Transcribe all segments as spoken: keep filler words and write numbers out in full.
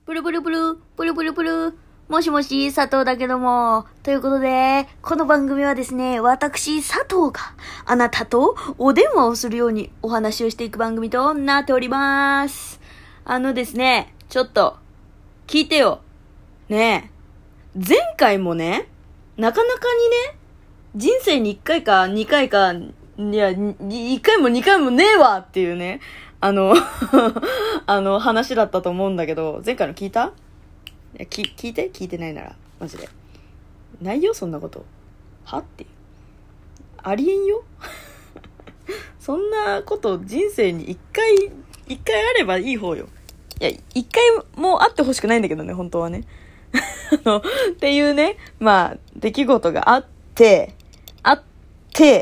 ブルブルブル、ブルブルブル。もしもし、佐藤だけども。ということで、この番組はですね、私、佐藤があなたとお電話をするようにお話をしていく番組となっております。あのですね、ちょっと、聞いてよ。ねえ、前回もね、なかなかにね、人生にいっかいかにかいか、いや、いっかいもにかいもねえわっていうね、あの、あの話だったと思うんだけど、前回の聞いた？いや、き、聞いて聞いてないなら、マジで。ないよ、そんなこと。はっていう。ありえんよ。そんなこと人生に一回、一回あればいい方よ。いや、一回もあってほしくないんだけどね、本当はね。あの、っていうね、まあ、出来事があって、あって、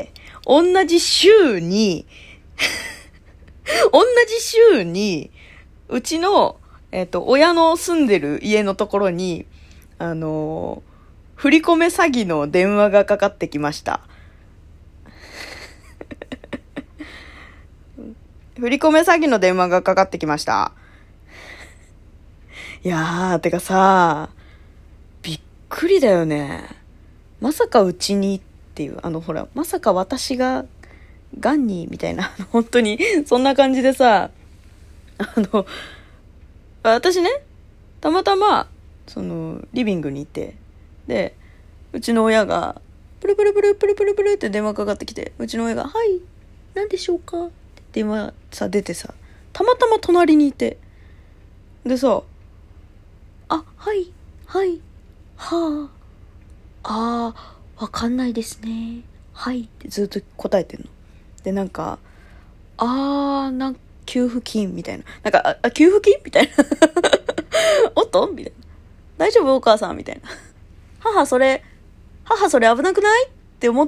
同じ週に、同じ週に、うちの、えっと、親の住んでる家のところに、あのー、振り込め詐欺の電話がかかってきました。振り込め詐欺の電話がかかってきました。いやー、てかさ、びっくりだよね。まさかうちにっていう、あの、ほら、まさか私が、ガンにみたいな、本当に、そんな感じでさ、あの、私ね、たまたま、その、リビングにいて、で、うちの親が、プルプルプルプルプルプルって電話かかってきて、うちの親が、はい、何でしょうかって電話さ、出てさ、たまたま隣にいて、でさ、あ、はい、はい、はあ、あー、わかんないですね。はいってずっと答えてんの。で、なんか、あー、なんか、給付金みたいな。なんか、あ、給付金みたいな。おっとみたいな。大丈夫お母さんみたいな。母それ、母それ危なくないって思って、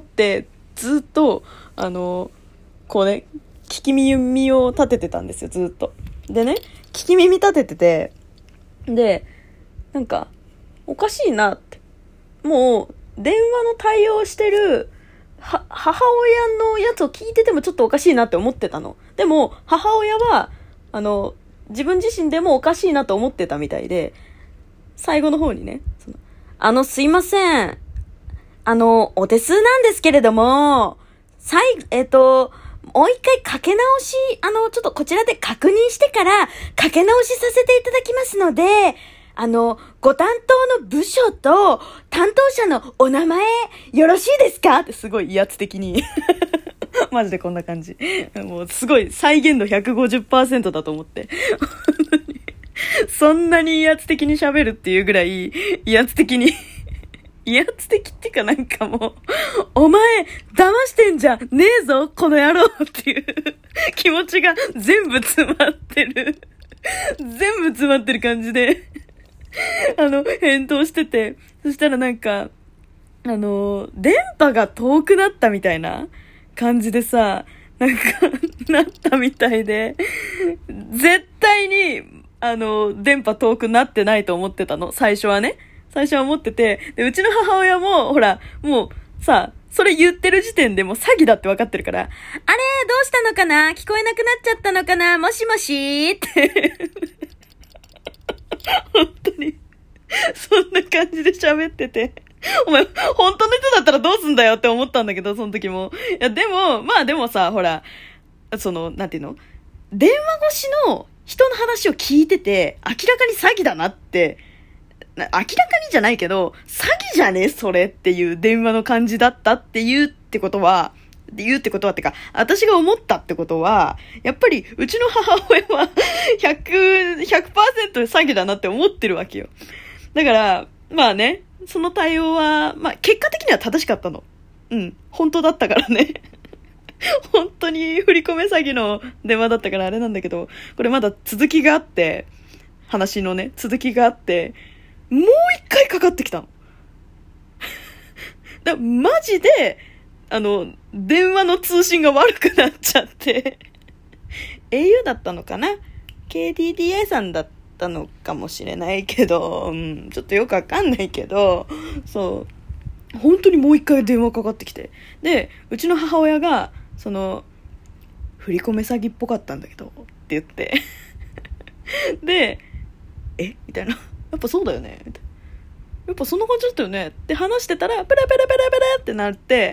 ずっと、あの、こうね、聞き耳を立ててたんですよ、ずっと。でね、聞き耳立ててて、で、なんか、おかしいなって。もう、電話の対応してる、は、母親のやつを聞いててもちょっとおかしいなって思ってたの。でも、母親は、あの、自分自身でもおかしいなと思ってたみたいで、最後の方にね、その、あの、すいません。あの、お手数なんですけれども、最、えっと、もう一回かけ直し、あの、ちょっとこちらで確認してから、かけ直しさせていただきますので、あの、ご担当の部署と担当者のお名前よろしいですかってすごい威圧的に。マジでこんな感じ。もうすごい再現度 ひゃくごじゅっパーセント だと思って。そんなに威圧的に喋るっていうぐらい威圧的に。威圧的っていうかなんかもう、お前騙してんじゃねえぞこの野郎っていう気持ちが全部詰まってる。全部詰まってる感じで。あの、返答してて、そしたらなんか、あの、電波が遠くなったみたいな感じでさ、なんか、なったみたいで、絶対に、あの、電波遠くなってないと思ってたの。最初はね。最初は思ってて、で、うちの母親も、ほら、もう、さ、それ言ってる時点でもう詐欺だって分かってるから、あれ、どうしたのかな聞こえなくなっちゃったのかなもしもしーって。本当にそんな感じで喋っててお前本当の人だったらどうすんだよって思ったんだけど、その時もいやでもまあでもさ、ほらそのなんていうの、電話越しの人の話を聞いてて明らかに詐欺だなって、明らかにじゃないけど詐欺じゃねそれっていう電話の感じだったっていうってことは言うってことはってか、私が思ったってことは、やっぱりうちの母親はひゃく、ひゃくパーセント 詐欺だなって思ってるわけよ。だから、まあね、その対応は、まあ結果的には正しかったの。うん、本当だったからね。本当に振り込め詐欺の電話だったからあれなんだけど、これまだ続きがあって、話のね、続きがあって、もう一回かかってきたの。だマジで、あの、電話の通信が悪くなっちゃって。au だったのかな ?ケーディーディーエー さんだったのかもしれないけど、うん、ちょっとよくわかんないけど、そう、本当にもう一回電話かかってきて。で、うちの母親が、その、振り込め詐欺っぽかったんだけど、って言って。で、 えみたいな。やっぱそうだよねみたいな。やっぱそんな感じだったよねって話してたら、ペラペラペラペラってなって、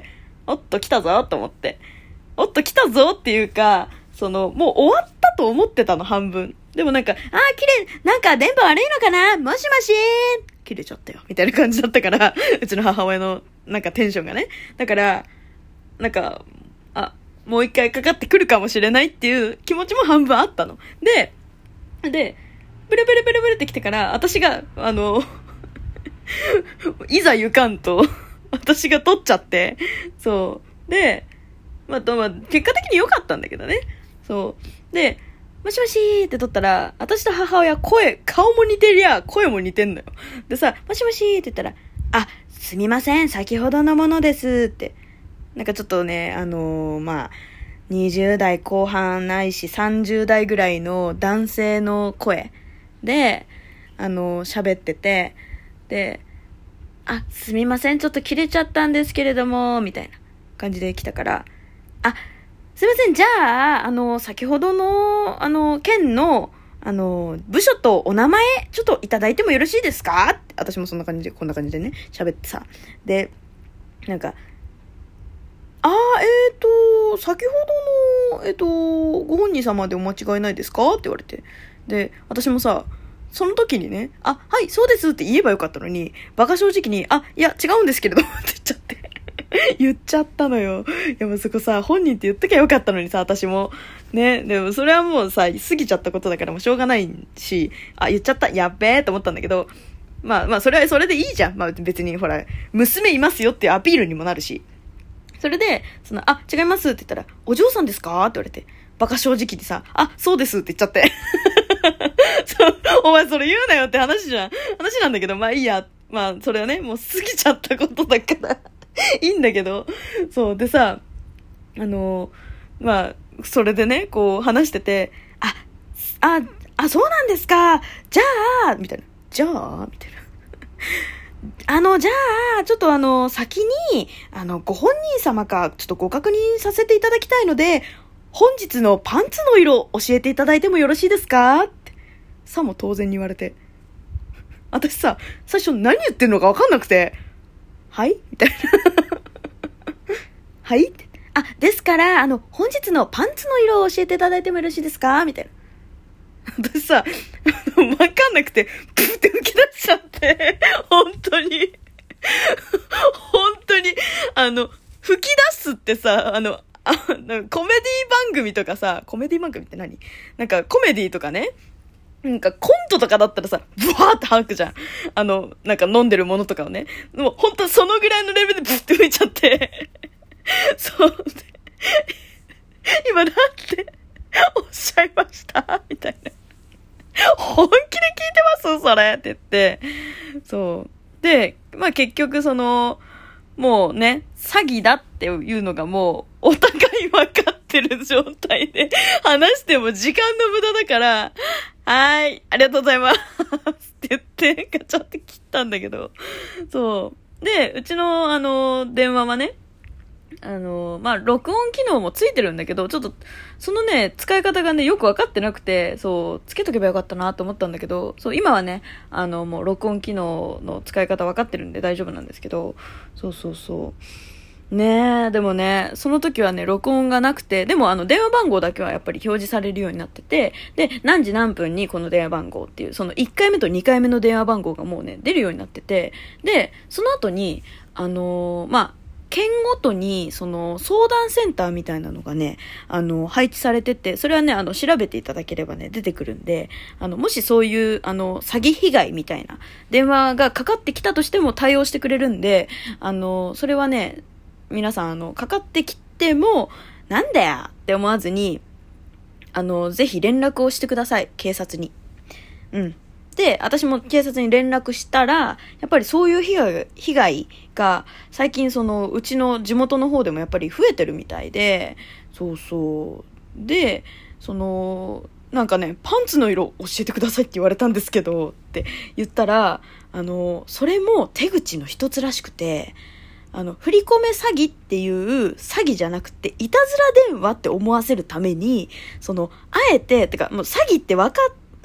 おっと来たぞと思って。おっと来たぞっていうか、その、もう終わったと思ってたの、半分。でもなんか、あー、綺麗、なんか電波悪いのかな、もしもし切れちゃったよ。みたいな感じだったから、うちの母親の、なんかテンションがね。だから、なんか、あ、もう一回かかってくるかもしれないっていう気持ちも半分あったの。で、で、ブルブルブルブルって来てから、私が、あの、いざ行かんと、私が取っちゃって、そう。で、まあ、まあ、結果的に良かったんだけどね。そう。で、もしもしーって取ったら、私と母親声、顔も似てりゃ、声も似てんのよ。でさ、もしもしーって言ったら、あ、すみません、先ほどのものですって。なんかちょっとね、あのー、まあ、にじゅう代後半ないしさんじゅう代ぐらいの男性の声で、あのー、喋ってて、で、あ、すみません、ちょっと切れちゃったんですけれども、みたいな感じで来たから、あ、すいません、じゃあ、あの、先ほどの、あの、県の、あの、部署とお名前、ちょっといただいてもよろしいですかって、私もそんな感じで、こんな感じでね、喋ってさ。で、なんか、あー、えーと、先ほどの、えーと、ご本人様でお間違いないですかって言われて。で、私もさ、その時にね、あ、はい、そうですって言えばよかったのに、馬鹿正直に、あ、いや、違うんですけれどもって言っちゃって。言っちゃったのよ。いやもうそこさ、本人って言っときゃよかったのにさ、私も。ね、でもそれはもうさ、過ぎちゃったことだからもうしょうがないし、あ、言っちゃった、やっべーと思ったんだけど、まあまあそれはそれでいいじゃん。まあ別にほら、娘いますよっていうアピールにもなるし。それで、その、あ、違いますって言ったら、お嬢さんですかって言われて、バカ正直にさ、あ、そうですって言っちゃって。そう、お前それ言うなよって話じゃん。話なんだけど、まあいいや。まあそれはね、もう過ぎちゃったことだから。いいんだけど、そう、でさ、あの、まあ、それでね、こう話してて、あ、あ、あ、そうなんですか、じゃあ、みたいな、じゃあ、みたいな。あの、じゃあ、ちょっとあの、先に、あの、ご本人様か、ちょっとご確認させていただきたいので、本日のパンツの色教えていただいてもよろしいですかって、さも当然に言われて。私さ、最初何言ってんのか分かんなくて、はいみたいな。はいあ、ですから、あの、本日のパンツの色を教えていただいてもよろしいですかみたいな。私さ、わかんなくて、プーって吹き出しちゃって、本当に。本当に、あの、吹き出すってさ、あの、あコメディ番組とかさ、コメディ番組って何？なんかコメディとかね、なんかコントとかだったらさ、ブワーって吐くじゃん。あの、なんか飲んでるものとかをね。もうほんとそのぐらいのレベルでブッて吹いちゃって。そう。今なんておっしゃいましたみたいな。本気で聞いてますそれって言って。そう。で、まあ結局その、もうね、詐欺だっていうのがもうお互い分かってる状態で話しても時間の無駄だから、はーい、ありがとうございますって言ってガチャって切ったんだけど、そう。で、うちのあの、電話はね、あの、まあ、録音機能もついてるんだけど、ちょっと、そのね、使い方がね、よくわかってなくて、そう、つけとけばよかったなと思ったんだけど、そう、今はね、あの、もう録音機能の使い方わかってるんで大丈夫なんですけど、そうそうそう。ねえ、でもね、その時はね、録音がなくて、でもあの、電話番号だけはやっぱり表示されるようになってて、で、何時何分にこの電話番号っていう、そのいっかいめとにかいめの電話番号がもうね、出るようになってて、で、その後に、あのー、まあ、県ごとにその相談センターみたいなのがね、あの配置されてて、それはね、あの調べていただければね出てくるんで、あのもしそういうあの詐欺被害みたいな電話がかかってきたとしても対応してくれるんで、あのそれはね、皆さんあのかかってきてもなんだよって思わずに、あのぜひ連絡をしてください、警察に。うん。で、私も警察に連絡したら、やっぱりそういう被害、被害が最近そのうちの地元の方でもやっぱり増えてるみたいで、そうそう。で、その、なんかね、パンツの色教えてくださいって言われたんですけどって言ったら、あの、それも手口の一つらしくて、あの、振り込め詐欺っていう詐欺じゃなくて、いたずら電話って思わせるために、その、あえて、てか、もう詐欺って分かっ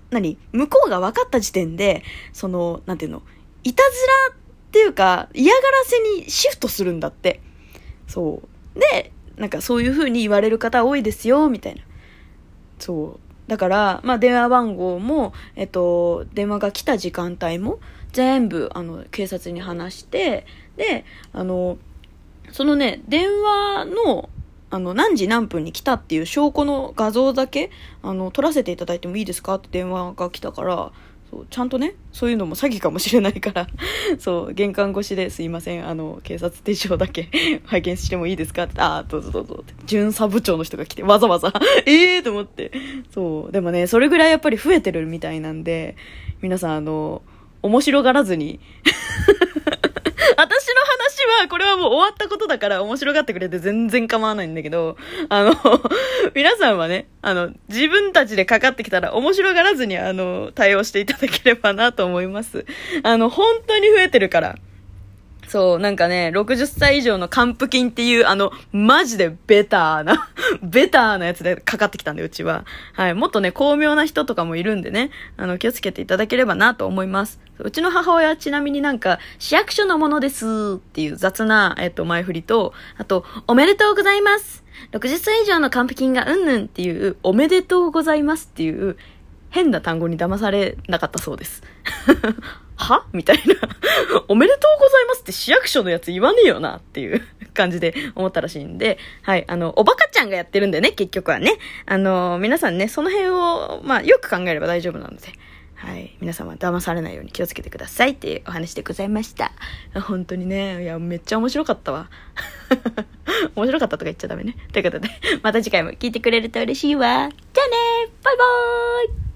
何向こうが分かった時点で、その、なんていうの、いたずらっていうか、嫌がらせにシフトするんだって。そう。で、なんかそういう風に言われる方多いですよ、みたいな。そう。だから、まあ電話番号も、えっと、電話が来た時間帯も、全部、あの、警察に話して、で、あの、そのね、電話の、あの、何時何分に来たっていう証拠の画像だけ、あの、撮らせていただいてもいいですかって電話が来たから、そう、ちゃんとね、そういうのも詐欺かもしれないから、そう、玄関越しですいません、あの、警察手帳だけ拝見してもいいですかって、あー、どうぞどうぞって、巡査部長の人が来て、わざわざ、ええーと思って、そう、でもね、それぐらいやっぱり増えてるみたいなんで、皆さん、あの、面白がらずに、私の話は、これはもう終わったことだから面白がってくれて全然構わないんだけど、あの、皆さんはね、あの、自分たちでかかってきたら面白がらずに、あの、対応していただければなと思います。あの、本当に増えてるから。そう、なんかね、ろくじゅっさい以上の還付金っていう、あの、マジでベターな、ベターなやつでかかってきたんで、うちは。はい、もっとね、巧妙な人とかもいるんでね、あの、気をつけていただければなと思います。うちの母親はちなみになんか、市役所のものですっていう雑な、えっと、前振りと、あと、おめでとうございます。ろくじゅっさい以上の還付金がうんぬんっていう、おめでとうございますっていう、変な単語に騙されなかったそうです。はみたいな。おめでとうございますって市役所のやつ言わねえよなっていう感じで思ったらしいんで、はい、あの、おバカちゃんがやってるんでね、結局はね。あの、皆さんね、その辺を、まあ、よく考えれば大丈夫なので、はい、皆様騙されないように気をつけてくださいっていうお話でございました。本当にね、いや、めっちゃ面白かったわ。面白かったとか言っちゃダメね。ということで、また次回も聞いてくれると嬉しいわ。じゃあね、バイバーイ。